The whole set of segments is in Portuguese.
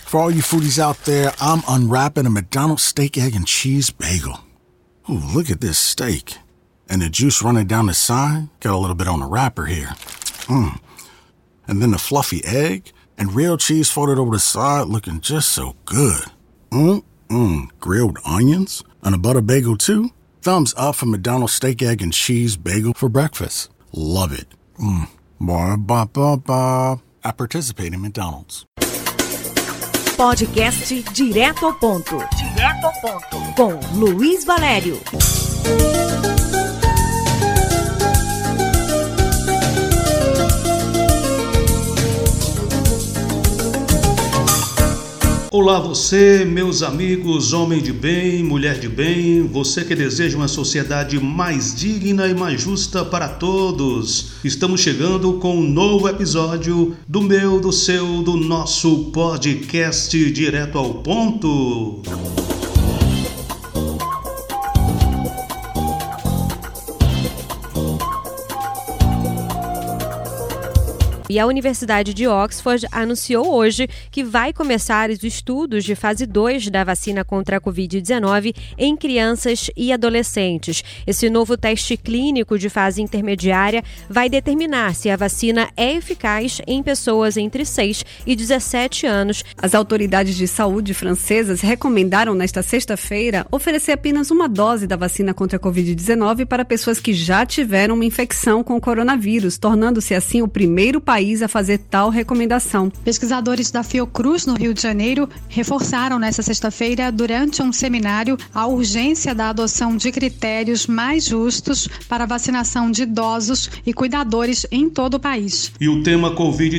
For all you foodies out there, I'm unwrapping a McDonald's steak, egg, and cheese bagel. Ooh, look at this steak. And the juice running down the side. Got a little bit on the wrapper here. And then the fluffy egg and real cheese folded over the side looking just so good. Grilled onions and a butter bagel too. Thumbs up for McDonald's steak, egg, and cheese bagel for breakfast. Love it. I participate in McDonald's. Podcast Direto ao Ponto. Com Luiz Valério. Olá você, meus amigos, homem de bem, mulher de bem, você que deseja uma sociedade mais digna e mais justa para todos. Estamos chegando com um novo episódio do meu, do seu, do nosso podcast Direto ao Ponto. E a Universidade de Oxford anunciou hoje que vai começar os estudos de fase 2 da vacina contra a Covid-19 em crianças e adolescentes. Esse novo teste clínico de fase intermediária vai determinar se a vacina é eficaz em pessoas entre 6 e 17 anos. As autoridades de saúde francesas recomendaram nesta sexta-feira oferecer apenas uma dose da vacina contra a Covid-19 para pessoas que já tiveram uma infecção com o coronavírus, tornando-se assim o primeiro país a fazer tal recomendação. Pesquisadores da Fiocruz, no Rio de Janeiro, reforçaram nesta sexta-feira, durante um seminário, a urgência da adoção de critérios mais justos para a vacinação de idosos e cuidadores em todo o país. E o tema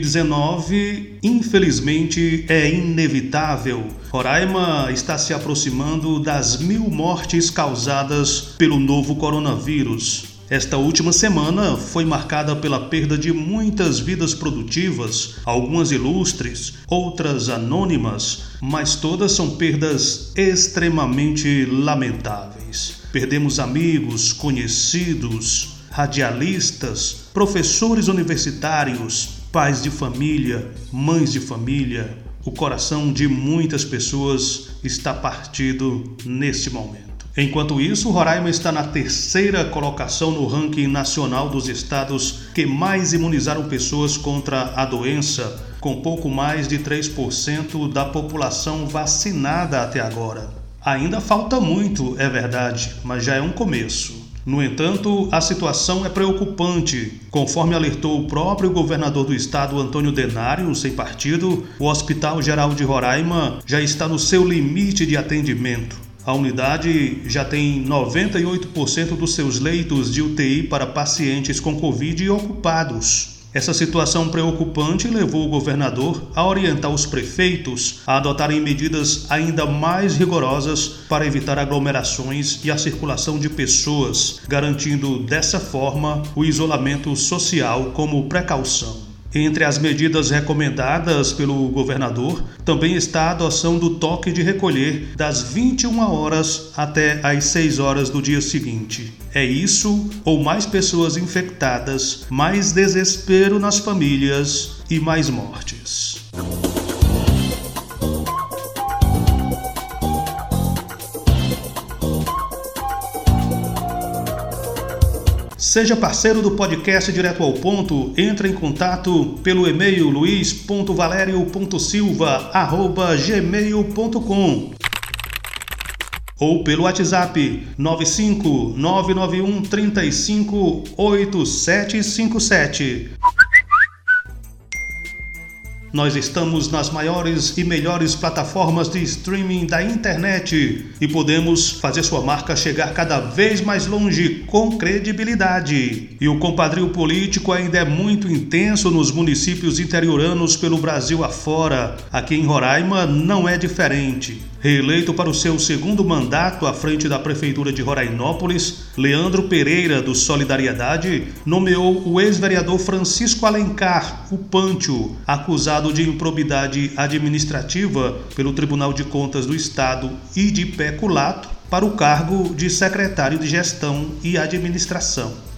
Covid-19, infelizmente, é inevitável. Roraima está se aproximando das 1.000 mortes causadas pelo novo coronavírus. Esta última semana foi marcada pela perda de muitas vidas produtivas, algumas ilustres, outras anônimas, mas todas são perdas extremamente lamentáveis. Perdemos amigos, conhecidos, radialistas, professores universitários, pais de família, mães de família. O coração de muitas pessoas está partido neste momento. Enquanto isso, Roraima está na 3ª colocação no ranking nacional dos estados que mais imunizaram pessoas contra a doença, com pouco mais de 3% da população vacinada até agora. Ainda falta muito, é verdade, mas já é um começo. No entanto, a situação é preocupante. Conforme alertou o próprio governador do estado, Antônio Denário, sem partido, o Hospital Geral de Roraima já está no seu limite de atendimento. A unidade já tem 98% dos seus leitos de UTI para pacientes com Covid ocupados. Essa situação preocupante levou o governador a orientar os prefeitos a adotarem medidas ainda mais rigorosas para evitar aglomerações e a circulação de pessoas, garantindo dessa forma o isolamento social como precaução. Entre as medidas recomendadas pelo governador, também está a adoção do toque de recolher das 21 horas até as 6 horas do dia seguinte. É isso ou mais pessoas infectadas, mais desespero nas famílias e mais mortes. Seja parceiro do podcast Direto ao Ponto, entre em contato pelo e-mail luiz.valerio.silva@gmail.com ou pelo WhatsApp 95991358757. Nós estamos nas maiores e melhores plataformas de streaming da internet e podemos fazer sua marca chegar cada vez mais longe com credibilidade. E o compadrio político ainda é muito intenso nos municípios interioranos pelo Brasil afora. Aqui em Roraima não é diferente. Reeleito para o seu 2º mandato à frente da Prefeitura de Rorainópolis, Leandro Pereira, do Solidariedade, nomeou o ex-vereador Francisco Alencar, o Pâncio, acusado de improbidade administrativa pelo Tribunal de Contas do Estado e de peculato, para o cargo de secretário de Gestão e Administração.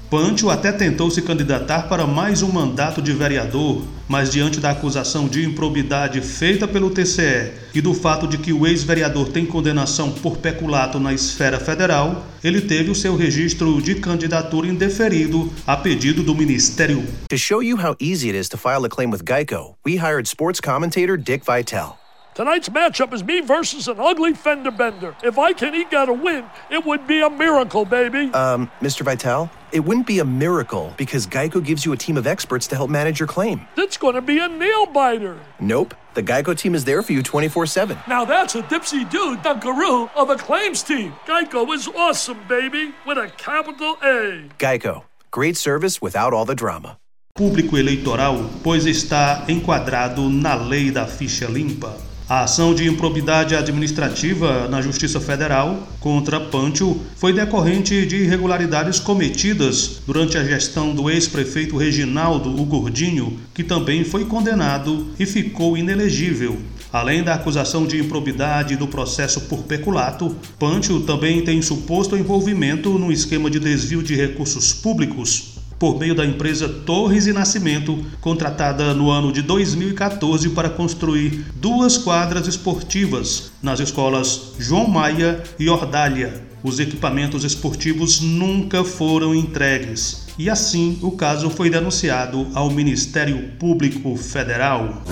Pâncio até tentou se candidatar para mais um mandato de vereador, mas diante da acusação de improbidade feita pelo TCE e do fato de que o ex-vereador tem condenação por peculato na esfera federal, ele teve o seu registro de candidatura indeferido a pedido do Ministério. To show you how easy it is to file a claim with Geico, we hired sports commentator Dick Vitale. Tonight's matchup is me versus an ugly fender bender. If I can eke out a win, it would be a miracle, baby. Mr. Vitale, it wouldn't be a miracle because Geico gives you a team of experts to help manage your claim. That's going to be a nail-biter. Nope. The Geico team is there for you 24/7. Now that's a dipsy-do dunkaroo of a claims team. Geico is awesome, baby, with a capital A. Geico. Great service without all the drama. Público eleitoral, pois está enquadrado na lei da ficha limpa. A ação de improbidade administrativa na Justiça Federal contra Pâncio foi decorrente de irregularidades cometidas durante a gestão do ex-prefeito Reginaldo, o Gordinho, que também foi condenado e ficou inelegível. Além da acusação de improbidade do processo por peculato, Pâncio também tem suposto envolvimento no esquema de desvio de recursos públicos por meio da empresa Torres e Nascimento, contratada no ano de 2014 para construir 2 quadras esportivas nas escolas João Maia e Ordália. Os equipamentos esportivos nunca foram entregues e assim o caso foi denunciado ao Ministério Público Federal.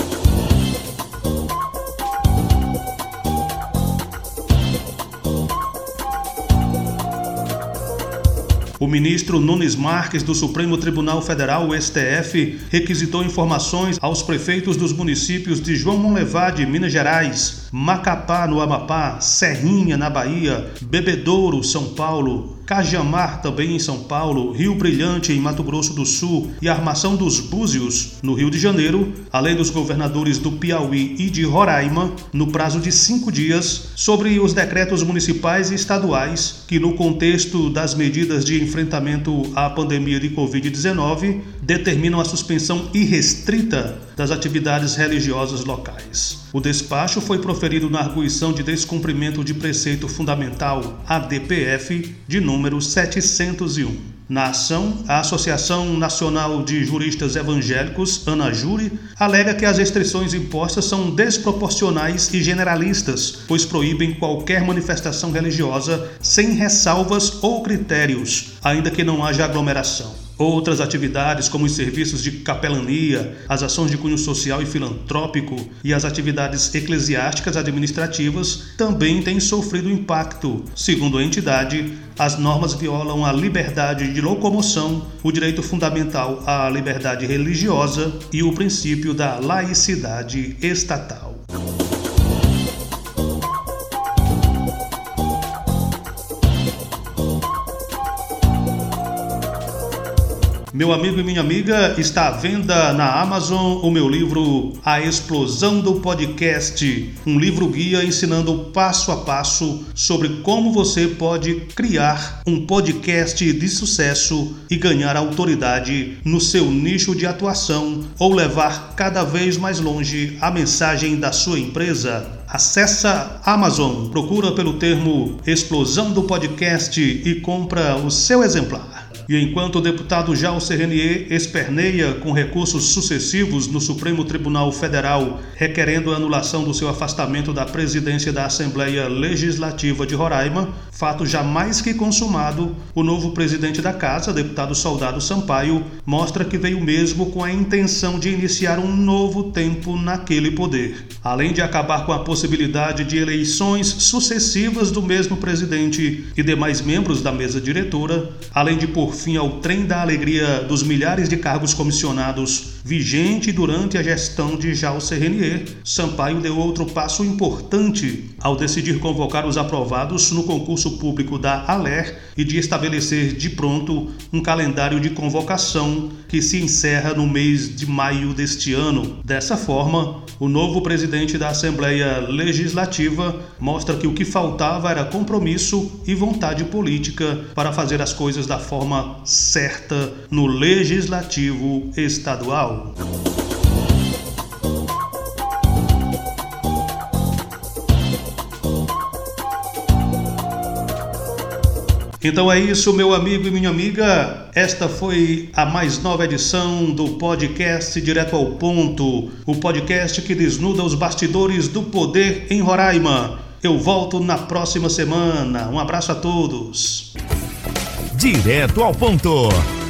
O ministro Nunes Marques, do Supremo Tribunal Federal, o STF, requisitou informações aos prefeitos dos municípios de João Monlevade, Minas Gerais, Macapá, no Amapá, Serrinha, na Bahia, Bebedouro, São Paulo, Cajamar, também em São Paulo, Rio Brilhante, em Mato Grosso do Sul e Armação dos Búzios, no Rio de Janeiro, além dos governadores do Piauí e de Roraima, no prazo de 5 dias, sobre os decretos municipais e estaduais que, no contexto das medidas de enfrentamento à pandemia de Covid-19, determinam a suspensão irrestrita das atividades religiosas locais. O despacho foi proferido na arguição de descumprimento de preceito fundamental, ADPF, de número 701. Na ação, a Associação Nacional de Juristas Evangélicos, ANAJURE, alega que as restrições impostas são desproporcionais e generalistas, pois proíbem qualquer manifestação religiosa sem ressalvas ou critérios, ainda que não haja aglomeração. Outras atividades, como os serviços de capelania, as ações de cunho social e filantrópico e as atividades eclesiásticas administrativas, também têm sofrido impacto. Segundo a entidade, as normas violam a liberdade de locomoção, o direito fundamental à liberdade religiosa e o princípio da laicidade estatal. Meu amigo e minha amiga, está à venda na Amazon o meu livro A Explosão do Podcast, um livro-guia ensinando passo a passo sobre como você pode criar um podcast de sucesso e ganhar autoridade no seu nicho de atuação ou levar cada vez mais longe a mensagem da sua empresa. Acesse Amazon, procura pelo termo Explosão do Podcast e compra o seu exemplar. E enquanto o deputado Jalcer Renier esperneia com recursos sucessivos no Supremo Tribunal Federal, requerendo a anulação do seu afastamento da presidência da Assembleia Legislativa de Roraima, fato jamais que consumado, o novo presidente da Casa, deputado Soldado Sampaio, mostra que veio mesmo com a intenção de iniciar um novo tempo naquele poder. Além de acabar com a possibilidade de eleições sucessivas do mesmo presidente e demais membros da mesa diretora, além de por fim ao trem da alegria dos milhares de cargos comissionados vigente durante a gestão de Jalcer Renier, Sampaio deu outro passo importante ao decidir convocar os aprovados no concurso público da ALER e de estabelecer de pronto um calendário de convocação que se encerra no mês de maio deste ano. Dessa forma, o novo presidente da Assembleia Legislativa mostra que o que faltava era compromisso e vontade política para fazer as coisas da forma certa no Legislativo Estadual. Então é isso, meu amigo e minha amiga. Esta foi a mais nova edição do podcast Direto ao Ponto, o podcast que desnuda os bastidores do poder em Roraima. Eu volto na próxima semana. Um abraço a todos. Direto ao Ponto.